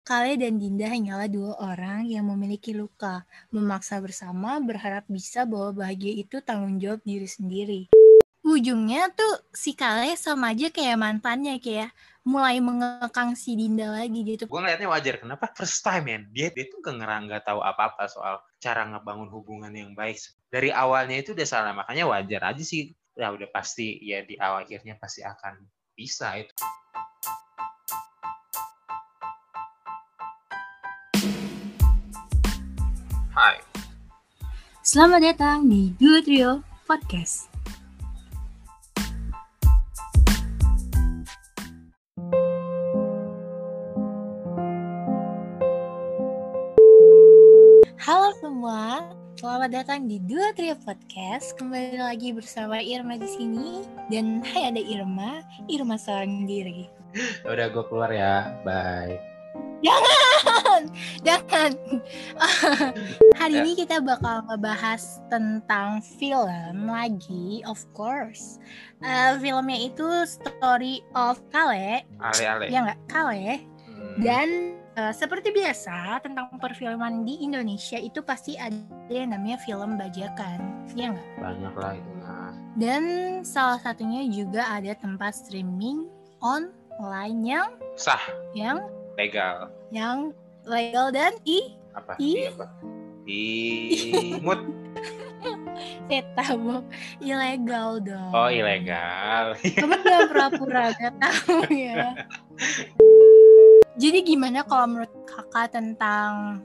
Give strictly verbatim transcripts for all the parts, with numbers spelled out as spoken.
Kale dan Dinda hanyalah dua orang yang memiliki luka, memaksa bersama, berharap bisa bahwa bahagia itu tanggung jawab diri sendiri. Ujungnya tuh si Kale sama aja kayak mantannya, kayak mulai mengekang si Dinda lagi gitu. Gue ngeliatnya wajar, kenapa? First time man, dia, dia tuh gak ngerang, gak tahu apa-apa soal cara ngebangun hubungan yang baik. Dari awalnya itu udah salah, makanya wajar aja sih. Ya udah pasti, ya di awal akhirnya pasti akan bisa itu. Hai. Selamat datang di Duo Trio Podcast. Halo semua, selamat datang di Duo Trio Podcast. Kembali lagi bersama Irma di sini. Dan hai ada Irma, Irma seorang diri. Udah gue keluar ya, bye. Jangan, jangan. Hari ini kita bakal ngebahas tentang film lagi, of course. Uh, filmnya itu Story of Kale. Ale-ale. Ya nggak, Kale. Hmm. Dan uh, seperti biasa tentang perfilman di Indonesia itu pasti ada yang namanya film bajakan, ya nggak? Banyak lah itu lah. Dan salah satunya juga ada tempat streaming online yang sah, yang legal, yang legal dan i apa i, i apa imut saya tahu ilegal dong. Oh ilegal. Kamu jangan pura-pura gak tahu ya. Jadi gimana kalau menurut kakak tentang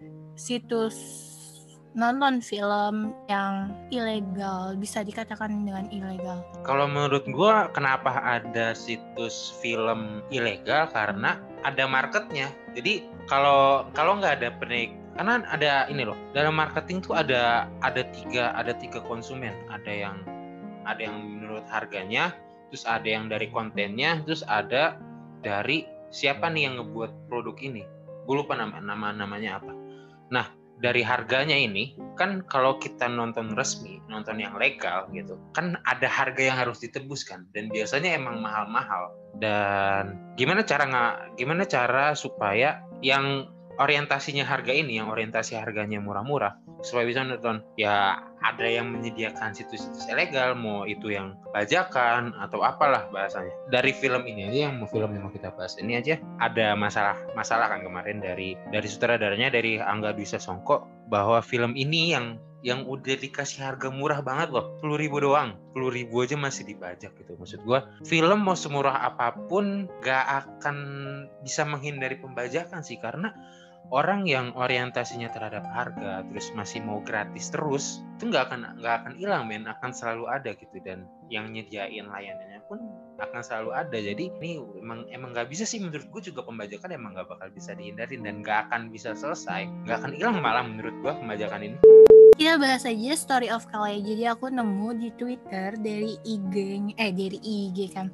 situs nonton film yang ilegal, bisa dikatakan dengan ilegal? Kalau menurut gue, kenapa ada situs film ilegal? Karena ada marketnya. Jadi kalau kalau nggak ada penik, karena ada ini loh, dalam marketing tuh ada ada tiga ada tiga konsumen. Ada yang ada yang menurut harganya, terus ada yang dari kontennya, terus ada dari siapa nih yang ngebuat produk ini. Gue lupa nama nama namanya apa. Nah, dari harganya ini kan kalau kita nonton resmi, nonton yang legal gitu, kan ada harga yang harus ditebus kan, dan biasanya emang mahal-mahal. Dan gimana cara nggak, gimana cara supaya yang orientasinya harga ini, yang orientasi harganya murah-murah, supaya bisa nonton? Ya ada yang menyediakan situs-situs ilegal, mau itu yang bajakan atau apalah bahasanya. Dari film ini aja, yang mau film yang mau kita bahas ini aja, ada masalah masalah kan kemarin dari dari sutradaranya, dari Angga Dwi Sasongko, bahwa film ini yang yang udah dikasih harga murah banget loh, sepuluh ribu doang, sepuluh ribu aja masih dibajak gitu. Maksud gue, film mau semurah apapun gak akan bisa menghindari pembajakan sih, karena orang yang orientasinya terhadap harga terus masih mau gratis terus, itu nggak akan nggak akan hilang men, akan selalu ada gitu. Dan yang nyediain layanannya pun akan selalu ada. Jadi ini emang emang nggak bisa sih, menurut gue juga pembajakan emang nggak bakal bisa dihindarin dan nggak akan bisa selesai, nggak akan hilang malah menurut gue pembajakan ini. Kita bahas aja Story of Kale. Jadi aku nemu di Twitter dari I G, eh dari I G kan,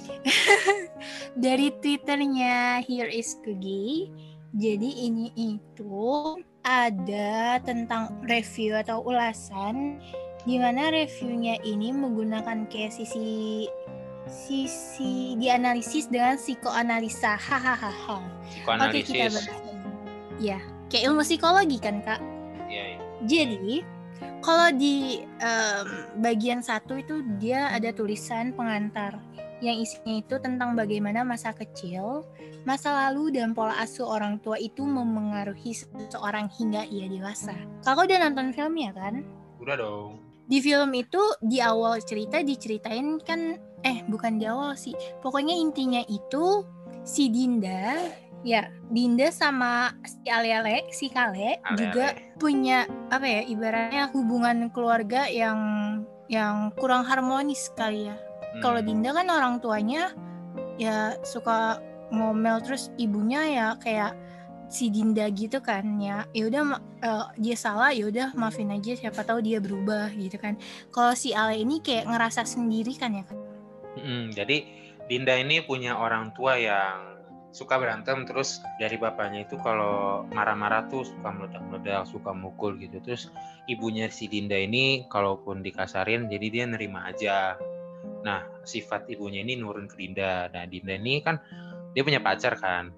dari Twitternya Here is Kugi. Jadi ini itu ada tentang review atau ulasan, di mana reviewnya ini menggunakan kayak sisi sisi dianalisis dengan psikoanalisa. Hahaha. Oke, kita bahas. Ya, kayak ilmu psikologi kan kak? Iya. Ya. Jadi kalau di um, bagian satu itu dia ada tulisan pengantar yang isinya itu tentang bagaimana masa kecil, masa lalu, dan pola asuh orang tua itu memengaruhi seseorang hingga ia dewasa. Kakak udah nonton filmnya kan? Udah dong. Di film itu di awal cerita diceritain kan, eh bukan di awal sih, pokoknya intinya itu si Dinda, ya Dinda sama si Ale-ale, si Kale Ale-ale juga punya apa ya, ibaratnya hubungan keluarga yang yang kurang harmonis kali ya. Hmm. Kalau Dinda kan orang tuanya ya suka ngomel, terus ibunya ya kayak si Dinda gitu kan, ya ya udah uh, dia salah, ya udah maafin aja, siapa tahu dia berubah gitu kan. Kalau si Ale ini kayak ngerasa sendiri kan ya kan. Hmm, jadi Dinda ini punya orang tua yang suka berantem, terus dari bapaknya itu kalau marah-marah tuh suka meledak-meledak, suka mukul gitu. Terus ibunya si Dinda ini kalaupun dikasarin jadi dia nerima aja. Nah, sifat ibunya ini nurun ke Dinda. Nah, Dinda ini kan dia punya pacar kan.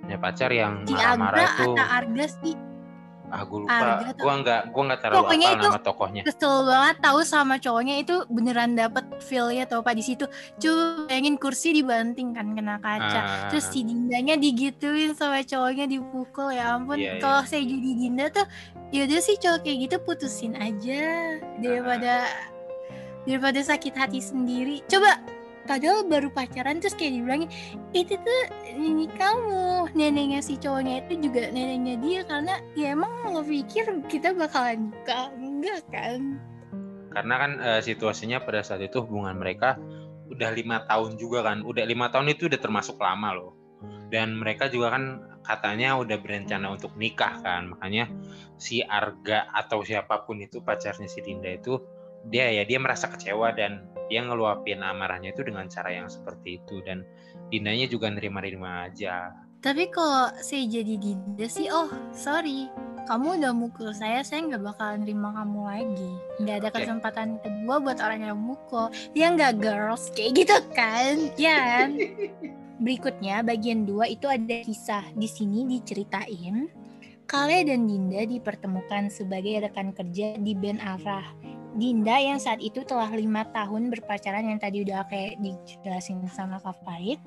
punya pacar yang Si marah-marah Agra itu. atau Arga sih? Ah, gue lupa. Arga tuh. Gue nggak, gue nggak terlalu Pokoknya hafal itu nama tokohnya. kesel banget tahu sama cowoknya itu beneran dapet feel-nya tau Pak di situ. Coba bayangin kursi dibanting kan kena kaca. Ah, Terus si Dindanya digituin sama cowoknya dipukul, ya ampun. iya, Kalau iya. saya jadi Dinda tuh yaudah sih cowok kayak gitu putusin aja daripada daripada sakit hati sendiri. Coba padahal baru pacaran terus kayak dibilangin itu tuh ini kamu, neneknya si cowoknya itu juga neneknya dia, karena ya emang lo pikir kita bakalan nikah? Enggak kan? Karena kan uh, situasinya pada saat itu hubungan mereka udah lima tahun juga kan, udah lima tahun itu udah termasuk lama loh. Dan mereka juga kan katanya udah berencana untuk nikah kan, makanya si Arga atau siapapun itu pacarnya si Dinda itu dia ya dia merasa kecewa dan dia ngeluapin amarahnya itu dengan cara yang seperti itu, dan Dindanya juga nerima-nerima aja. Tapi kalau saya jadi Dinda sih, oh sorry, kamu udah mukul saya, saya nggak bakalan nerima kamu lagi. Nggak ada Okay. kesempatan kedua buat orang yang mukul. Ya nggak girls, kayak gitu kan? Ya kan? Berikutnya bagian dua itu ada kisah. Di sini diceritain Kale dan Dinda dipertemukan sebagai rekan kerja di band Arah. Dinda yang saat itu telah lima tahun berpacaran yang tadi udah kayak dijelasin sama Kak Pahit.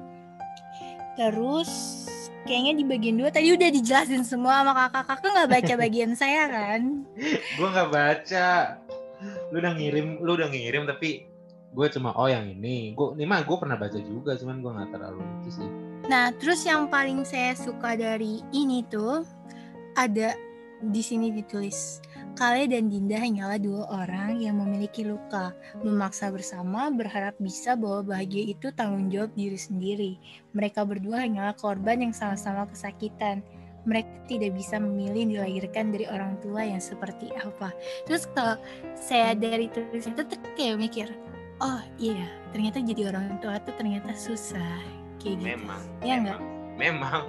Terus kayaknya di bagian dua tadi udah dijelasin semua sama kakak. Kakak nggak baca bagian saya kan? Gue nggak baca. Lu udah ngirim, lu udah ngirim tapi gue cuma oh yang ini. Gue ini mah gue pernah baca juga, cuman gue nggak terlalu itu sih. Nah, terus yang paling saya suka dari ini tuh ada di sini ditulis, Kale dan Dinda hanyalah dua orang yang memiliki luka, memaksa bersama, berharap bisa bahwa bahagia itu tanggung jawab diri sendiri. Mereka berdua hanyalah korban yang sama-sama kesakitan. Mereka tidak bisa memilih dilahirkan dari orang tua yang seperti apa. Terus kalau saya dari tulisan itu tuh kayak mikir, oh iya, ternyata jadi orang tua tuh ternyata susah. Kayak gitu. Memang, ya memang, enggak? memang.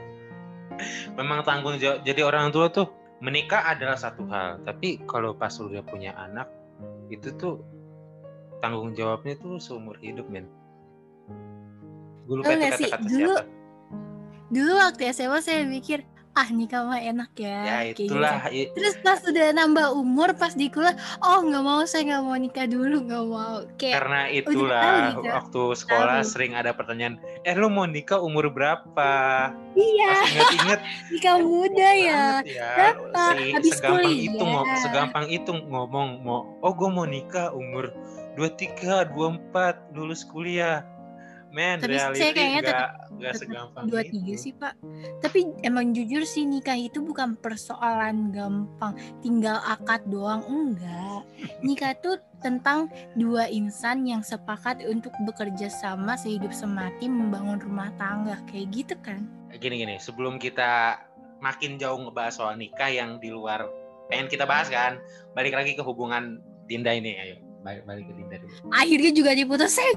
Memang tanggung jawab jadi orang tua tuh, menikah adalah satu hal, tapi kalau pas lu udah punya anak itu tuh tanggung jawabnya tuh seumur hidup, men. Gue lupa itu kata-kata dulu, siapa. Dulu waktu S M A saya mikir, ah nikah mah enak ya, Ya kayak itulah. gitu. Terus pas udah nambah umur, pas di kuliah, oh nggak mau, saya nggak mau nikah dulu, nggak mau. Kayak Karena udah itulah tahu gitu. waktu sekolah Tahu. sering ada pertanyaan, eh lu mau nikah umur berapa? Iya. Pas inget-inget, nikah muda ya. ya. Berapa? Si, Habis segampang kuliah. itu ngomong, segampang itu ngomong mau, oh gue mau nikah umur dua puluh tiga, dua puluh empat, lulus kuliah. Men, Tapi saya reality kayaknya tetap gak, gak segampang dua puluh tiga itu. sih Pak. Tapi emang jujur sih nikah itu bukan persoalan gampang, tinggal akad doang, enggak. Nikah tuh tentang dua insan yang sepakat untuk bekerja sama sehidup semati membangun rumah tangga, kayak gitu kan. Gini-gini, sebelum kita makin jauh ngebahas soal nikah yang di luar pengen kita bahas kan, balik lagi ke hubungan Dinda ini, ayo balik, balik ke Dinda dulu. Akhirnya juga diputusin.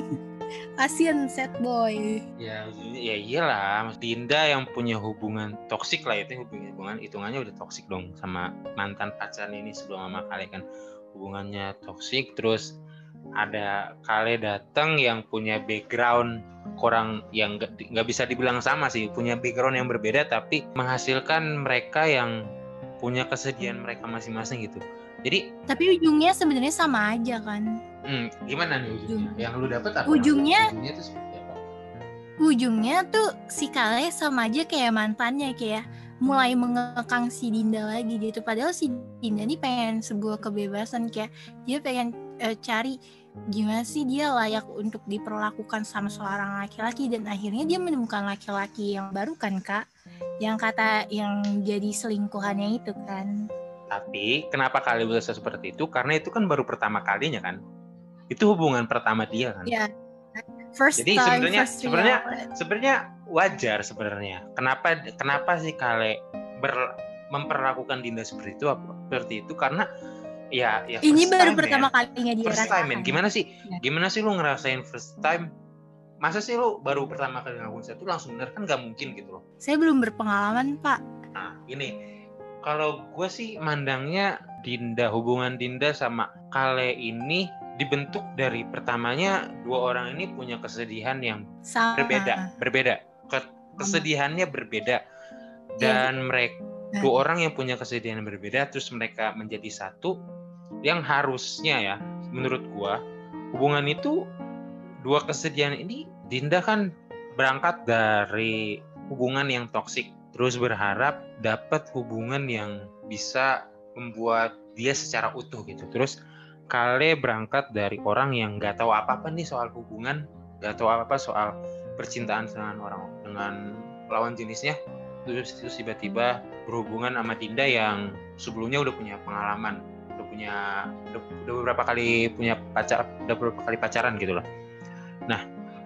Kasian sad boy. Ya, ya iyalah, Dinda yang punya hubungan toksik lah, itu hubungan hitungannya udah toksik dong sama mantan pacarnya ini sebelum sama Kale kan, hubungannya toksik. Terus ada Kale datang yang punya background kurang, yang nggak bisa dibilang sama sih, punya background yang berbeda tapi menghasilkan mereka yang punya kesedihan mereka masing-masing gitu. Jadi tapi ujungnya sebenarnya sama aja kan. Hmm, gimana nih ujungnya? Ujung. Yang lu dapet apa? Ujungnya, ujungnya tuh seperti apa? Ujungnya tuh si Kale sama aja kayak mantannya, kayak mulai mengekang si Dinda lagi gitu. Padahal si Dinda nih pengen sebuah kebebasan, kayak dia pengen uh, cari gimana sih dia layak untuk diperlakukan sama seorang laki-laki, dan akhirnya dia menemukan laki-laki yang baru kan Kak, yang kata yang jadi selingkuhannya itu kan. Tapi kenapa Kale bisa seperti itu? Karena itu kan baru pertama kalinya kan. Itu hubungan pertama dia kan. Ya. First Jadi time, sebenarnya first sebenarnya sebenarnya wajar sebenarnya. Kenapa kenapa sih Kale ber, memperlakukan Dinda seperti itu? Seperti itu karena ya ya ini baru time, pertama man. kalinya dia first rasakan. time, man. Gimana sih? Ya. Gimana sih lu ngerasain first time? Masa sih lu baru pertama kali ngelakuin itu langsung bener, kan gak mungkin gitu loh. Saya belum berpengalaman, Pak. Nah, ini kalau gue sih mandangnya Dinda, hubungan Dinda sama Kale ini dibentuk dari pertamanya dua orang ini punya kesedihan yang sama. berbeda, berbeda. kesedihannya berbeda dan yeah. mereka dua orang yang punya kesedihan yang berbeda terus mereka menjadi satu, yang harusnya ya menurut gua hubungan itu dua kesedihan ini. Dinda kan berangkat dari hubungan yang toksik terus berharap dapat hubungan yang bisa membuat dia secara utuh gitu. Terus Kale berangkat dari orang yang nggak tahu apa-apa nih soal hubungan, nggak tahu apa-apa soal percintaan dengan orang dengan lawan jenisnya. Terus, terus tiba-tiba berhubungan sama Dinda yang sebelumnya udah punya pengalaman, udah punya udah, udah beberapa kali punya pacar, udah beberapa kali pacaran gitu loh. Nah,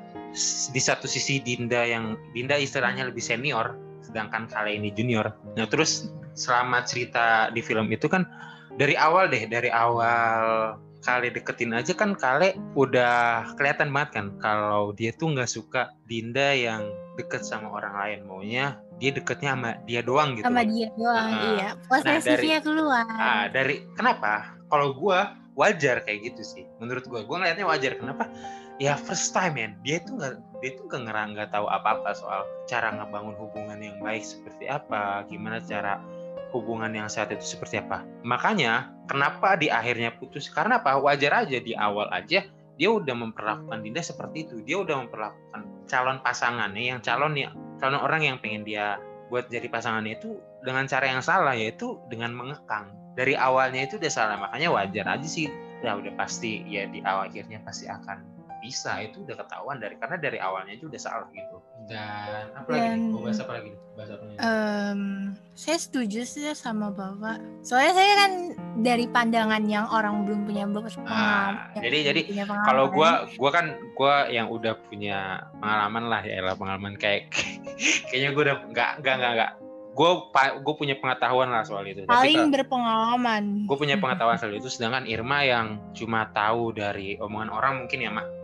di satu sisi Dinda yang Dinda istilahnya lebih senior, sedangkan Kale ini junior. Nah, terus selama cerita di film itu kan dari awal deh, dari awal Kale deketin aja kan Kale udah kelihatan banget kan kalau dia tuh nggak suka Dinda yang deket sama orang lain, maunya dia deketnya sama dia doang gitu. Sama dia doang, uh, iya. Posesifnya nah, keluar. Ah, dari kenapa? Kalau gue wajar kayak gitu sih. Menurut gue, gue ngeliatnya wajar. Kenapa? Ya first time man, dia tuh nggak dia tuh nggak nggak tahu apa-apa soal cara ngebangun hubungan yang baik seperti apa, gimana cara hubungan yang sehat itu seperti apa. Makanya kenapa di akhirnya putus? Karena apa? Wajar aja di awal aja dia udah memperlakukan Dinda seperti itu. Dia udah memperlakukan calon pasangannya, yang calon ya calon orang yang pengen dia buat jadi pasangannya itu dengan cara yang salah, yaitu dengan mengekang. Dari awalnya itu udah salah, makanya wajar aja sih. Ya udah pasti ya di awal akhirnya pasti akan bisa, itu udah ketahuan dari karena dari awalnya itu udah salah gitu. Dan apa lagi nih? Mau bahas apa lagi nih? Bahas apa nih? Um, saya setuju sih sama Bapak. Soalnya saya kan dari pandangan yang orang belum punya pengalaman. Ah, jadi jadi kalau gue gue kan gue yang udah punya pengalaman lah ya lah pengalaman kayak kayaknya gue udah nggak nggak nggak nggak gue gue punya pengetahuan lah soal itu. Paling Tapi, berpengalaman. Gue punya pengetahuan soal itu, sedangkan Irma yang cuma tahu dari omongan orang mungkin ya Mak.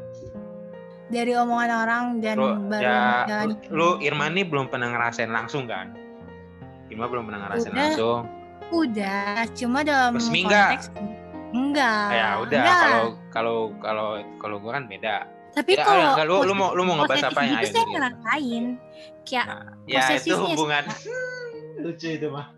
Dari omongan orang dan lu, baru ya, lu, lu Irma ini belum pernah ngerasain langsung kan? Irma belum pernah ngerasain udah, langsung. Udah, cuma dalam resmi konteks enggak? Enggak. Ya udah, kalau kalau kalau kalau gue kan beda. Tapi ya, kalau enggak, lu lu mau lu mau ngebahas apa ya? Itu saya ngerasain kayak nah, ya itu hubungan lucu itu mah.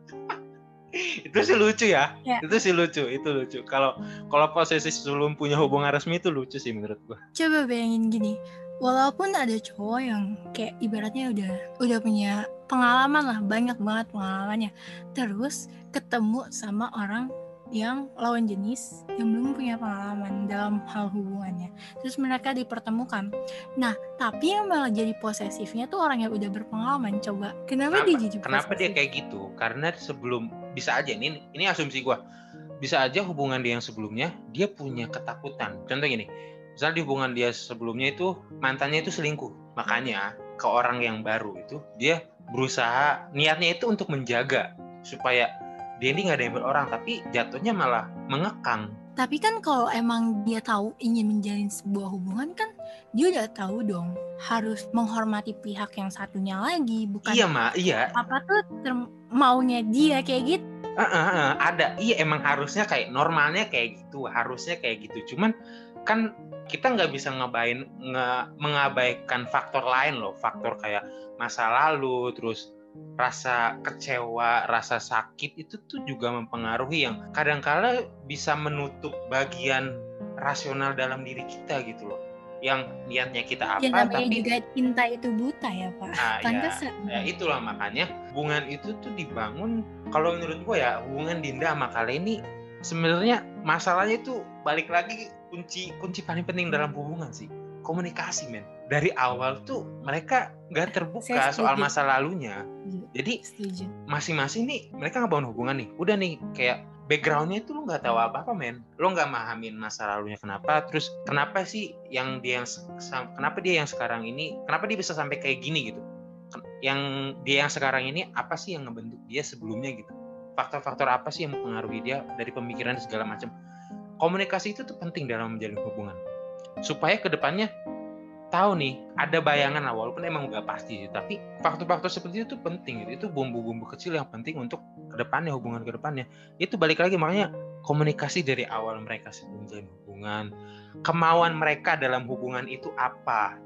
Itu sih lucu ya. ya. Itu sih lucu, itu lucu. Kalau kalau posesif sebelum punya hubungan resmi itu lucu sih menurut gua. Coba bayangin gini, walaupun ada cowok yang kayak ibaratnya udah udah punya pengalaman lah, banyak banget pengalamannya, terus ketemu sama orang yang lawan jenis yang belum punya pengalaman dalam hal hubungannya, terus mereka dipertemukan. Nah, tapi yang malah jadi posesifnya tuh orang yang udah berpengalaman. Coba kenapa, kenapa dia jadi kenapa posesif? Dia kayak gitu? Karena sebelum bisa aja ini ini asumsi gue, bisa aja hubungan dia yang sebelumnya dia punya ketakutan. Contoh gini, misalnya di hubungan dia sebelumnya itu mantannya itu selingkuh, makanya ke orang yang baru itu dia berusaha, niatnya itu untuk menjaga supaya dia ini nggak ada yang berorang, tapi jatuhnya malah mengekang. Tapi kan kalau emang dia tahu ingin menjalin sebuah hubungan kan dia udah tahu dong harus menghormati pihak yang satunya lagi, bukan iya mak iya apa tuh ter- maunya dia kayak gitu. Uh, uh, uh, ada iya emang harusnya kayak normalnya kayak gitu, harusnya kayak gitu. Cuman kan kita nggak bisa ngebain nge, mengabaikan faktor lain loh, faktor kayak masa lalu, terus rasa kecewa, rasa sakit itu tuh juga mempengaruhi yang kadang-kala bisa menutup bagian rasional dalam diri kita gitu loh. Yang niatnya kita apa, ya, namanya tapi juga cinta itu buta ya Pak. Nah, ya, ya itulah makanya hubungan itu tuh dibangun. Kalau menurut gue ya hubungan Dinda sama Kale ini sebenarnya masalahnya itu balik lagi kunci kunci paling penting dalam hubungan sih, komunikasi men. Dari awal tuh mereka nggak terbuka soal masa lalunya. Jadi setuju. Masing-masing nih mereka ngebangun hubungan nih. Udah nih kayak backgroundnya itu lo nggak tahu apa-apa men. Lo nggak mahamin masa lalunya kenapa. Terus kenapa sih yang dia yang kenapa dia yang sekarang ini kenapa dia bisa sampai kayak gini gitu. Yang dia yang sekarang ini apa sih yang ngebentuk dia sebelumnya gitu. Faktor-faktor apa sih yang mempengaruhi dia dari pemikiran segala macam. Komunikasi itu tuh penting dalam menjalin hubungan. Supaya kedepannya tahu nih, ada bayangan lah, walaupun emang nggak pasti sih, tapi faktor-faktor seperti itu penting gitu. Itu bumbu-bumbu kecil yang penting untuk kedepannya, hubungan kedepannya. Itu balik lagi, makanya komunikasi dari awal mereka sebelum menjalin hubungan, kemauan mereka dalam hubungan itu apa,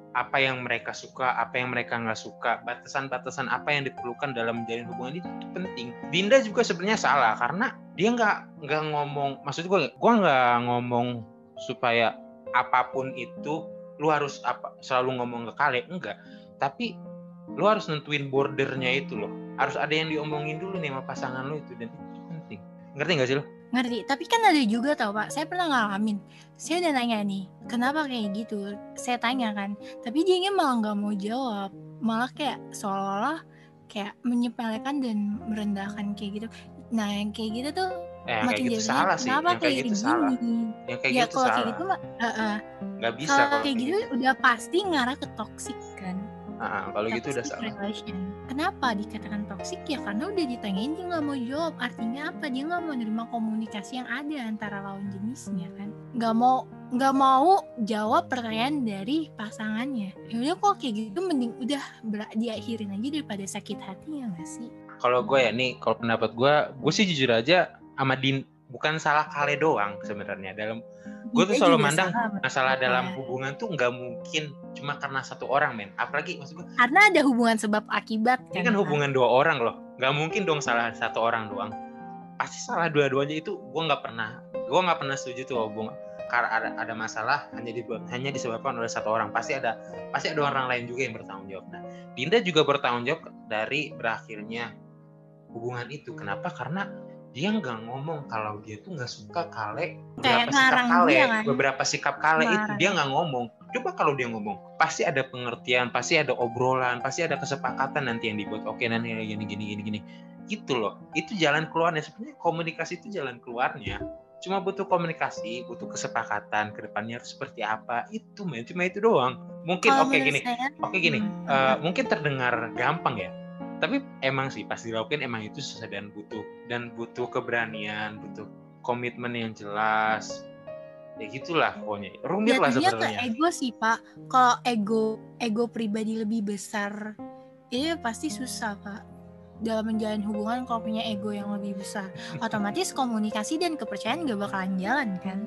apa yang mereka suka, apa yang mereka nggak suka, batasan-batasan apa yang diperlukan dalam menjalin hubungan itu, itu penting. Dinda juga sebenarnya salah karena dia nggak nggak ngomong, maksud gue, gue nggak ngomong supaya apapun itu lu harus apa selalu ngomong ke Kale, enggak. Tapi lu harus nentuin bordernya itu loh. Harus ada yang diomongin dulu nih sama pasangan lu itu, dan itu penting. Ngerti nggak sih lo? Ngerti, tapi kan ada juga tau Pak, saya pernah ngalamin. Saya udah nanya nih, kenapa kayak gitu? Saya tanya kan, tapi dia malah nggak mau jawab, malah kayak seolah-olah kayak menyepelekan dan merendahkan kayak gitu. Nah yang kayak gitu tuh eh, makin kayak gitu jadinya salah sih. kenapa Yang kayak kayak gitu gini? salah. Yang kayak Ya gitu kalau salah. kayak gitu mah, uh-uh. Nggak bisa kalau kalau kayak kayak gitu gitu. udah pasti ngarah ke toxic kan. Nah, kalau gitu udah Toxic salah. relation. Kenapa dikatakan toxic? Ya karena udah ditanyain dia nggak mau jawab. Artinya apa? Dia nggak mau nerima komunikasi yang ada antara lawan jenisnya kan. Nggak mau nggak mau jawab pertanyaan dari pasangannya. Ya udah kok kayak gitu mending udah ber- diakhirin aja daripada sakit hati, ya nggak sih? Kalau gue ya nih, kalau pendapat gue, gue sih jujur aja sama Din, bukan salah Kale doang sebenarnya. Dalam gue tuh selalu mandang masalah dalam hubungan tuh nggak mungkin cuma karena satu orang, men. Apalagi maksud gue, karena ada hubungan sebab akibat kan. Ini kan hubungan dua orang loh, nggak mungkin dong salah satu orang doang. Pasti salah dua-duanya. Itu gue nggak pernah, gue nggak pernah setuju tuh hubungan karena ada ada masalah hanya di, hanya disebabkan oleh satu orang. Pasti ada pasti ada orang lain juga yang bertanggung jawab. Nah, Dinda juga bertanggung jawab dari berakhirnya hubungan itu. Kenapa? Karena dia nggak ngomong kalau dia tuh nggak suka Kale, beberapa sikap Kale, kan? beberapa sikap Kale ngarang. Itu dia nggak ngomong. Coba kalau dia ngomong, pasti ada pengertian, pasti ada obrolan, pasti ada kesepakatan nanti yang dibuat. Oke, nanti gini gini gini gini. Gitu loh. Itu jalan keluarnya. Sebenarnya komunikasi itu jalan keluarnya. Cuma butuh komunikasi, butuh kesepakatan ke depannya harus seperti apa. Itu men, cuma itu doang. Mungkin oke okay, gini. Oke okay, gini. Hmm. Uh, mungkin terdengar gampang ya. Tapi emang sih pas dilakukan emang itu susah dan butuh dan butuh keberanian, butuh komitmen yang jelas. Ya gitulah pokoknya. Rumit lah sebenarnya. Ke ego sih Pak. Kalau ego ego pribadi lebih besar, itu pasti susah Pak. Dalam menjalin hubungan kalau punya ego yang lebih besar, otomatis komunikasi dan kepercayaan gak bakalan jalan kan?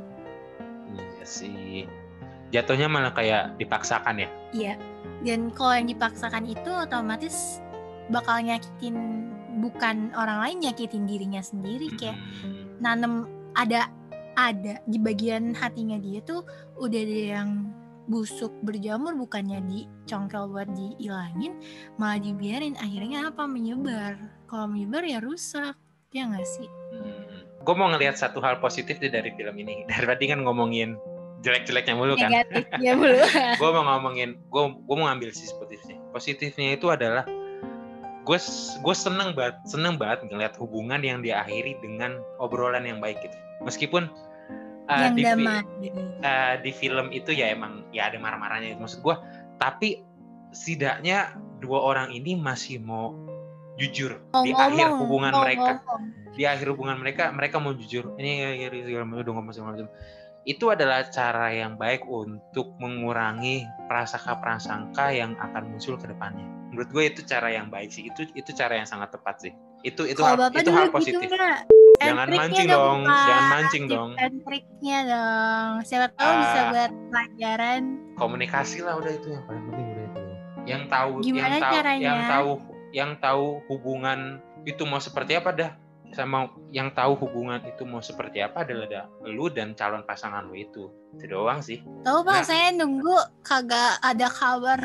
Iya sih. Jatuhnya malah kayak dipaksakan ya. Iya. Dan kalau yang dipaksakan itu otomatis bakal nyakitin bukan orang lain, nyakitin dirinya sendiri. Kayak hmm. nanem ada ada di bagian hatinya dia tuh udah ada yang busuk berjamur, bukannya dicongkel buat dihilangin, malah dibiarin, akhirnya apa, menyebar. Kalau menyebar ya rusak, ya nggak sih? Hmm. Gue mau ngelihat satu hal positif dari film ini. Dari tadi kan ngomongin jelek-jeleknya mulu kan. Negatifnya mulu. Gue mau ngomongin, gue gue mau ngambil sisi positifnya. Positifnya itu adalah gue gue seneng banget seneng banget ngeliat hubungan yang diakhiri dengan obrolan yang baik gitu. Meskipun uh, yang di, damai. Uh, di film itu ya emang ya ada marah-marahnya itu maksud gue, tapi setidaknya dua orang ini masih mau jujur oh, di ngomong, akhir hubungan ngomong, mereka ngomong. Di akhir hubungan mereka mereka mau jujur. Ini ya udah ngomong segala macam. Itu adalah cara yang baik untuk mengurangi prasangka-prasangka yang akan muncul ke depannya. Menurut gue itu cara yang baik sih. Itu itu cara yang sangat tepat sih. Itu itu hal, itu hal positif. Gitu jangan mancing dong, dong jangan mancing dong. Triknya dong. Siapa tahu uh, bisa buat pelajaran. Komunikasi lah udah itu yang paling penting udah itu. Yang tahu Gimana yang tahu caranya? yang tahu yang tahu hubungan itu mau seperti apa dah. Sama yang tahu hubungan itu mau seperti apa adalah ada lu dan calon pasangan lu itu. Itu doang sih. Tahu Pak, nah, saya nunggu kagak ada kabar.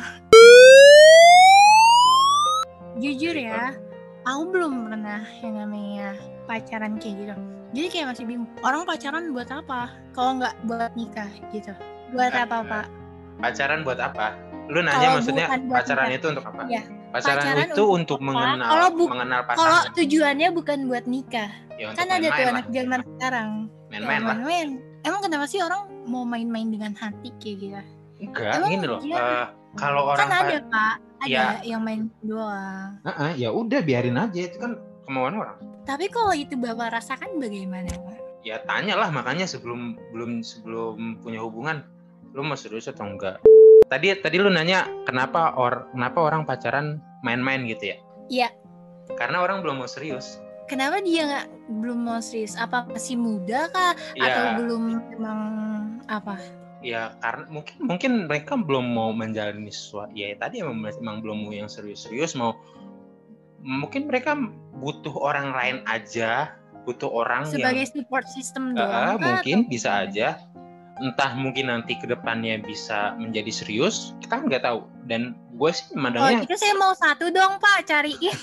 Jujur ya, aku belum pernah yang namanya pacaran kayak gitu. Jadi kayak masih bingung. Orang pacaran buat apa? Kalau nggak buat nikah gitu. Buat nah, apa Pak? Pacaran buat apa? Lu nanya kalo maksudnya pacaran nikah. Itu untuk apa? Ya. Pacaran, pacaran itu untuk, untuk mengenal kalau bu- mengenal pasangan. Kalau tujuannya bukan buat nikah. Ya, kan ada tuh anak zaman sekarang. Main-main ya, lah. Main-main. Emang kenapa sih orang mau main-main dengan hati kayak gitu? Enggak, emang gini loh. Uh, kalau orang kan ada Pak, ada ya, yang main doang. Uh-uh, ya udah biarin aja, itu kan kemauan orang. Tapi kalau itu Bapak rasakan bagaimana Pak? Ya tanyalah makanya sebelum belum sebelum punya hubungan, lu mau serius atau enggak? Tadi tadi lu nanya kenapa or kenapa orang pacaran main-main gitu ya? Iya. Karena orang belum mau serius. Kenapa dia nggak belum mau serius? Apa masih muda kah? Ya. Atau belum memang apa? ya karena mungkin mungkin mereka belum mau menjalani sesuatu, ya tadi emang, emang belum mau yang serius-serius, mau mungkin mereka butuh orang lain aja, butuh orang Sebagai yang support system uh, uh, doang kah atau mungkin bisa gimana? aja, entah mungkin nanti kedepannya bisa menjadi serius, kita kan nggak tahu. Dan gue sih Kalau memandangnya gitu saya mau satu dong Pak, cariin.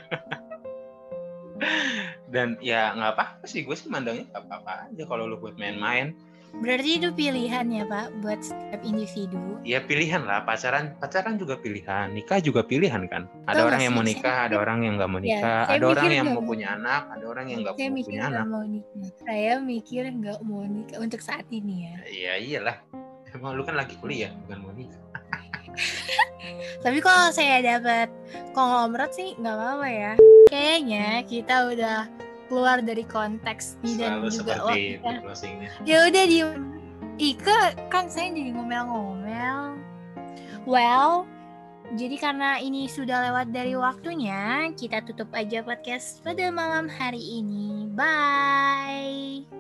dan ya nggak apa-apa sih, gue sih memandangnya nggak apa-apa aja kalau lu buat main-main. Berarti itu pilihan ya Pak buat setiap individu. Ya pilihan lah, pacaran pacaran juga pilihan, nikah juga pilihan kan. Ada Tau orang gak yang sih, mau saya nikah, ada mikir, orang yang nggak mau ya nikah, saya ada orang mikir yang gak mau mau. punya anak, ada orang yang nggak Saya mau mikir punya gak anak. mau nikah. Saya mikir gak mau nikah untuk saat ini ya. Iya iyalah, emang lu kan lagi kuliah bukan mau nikah. Tapi kalau saya dapat konglomerat sih nggak apa-apa ya. Kayaknya kita udah keluar dari konteks nih dan Selalu juga seperti itu waktunya. closingnya. Ya udah di Ika kan saya jadi ngomel-ngomel. Well, jadi karena ini sudah lewat dari waktunya, kita tutup aja podcast pada malam hari ini. Bye.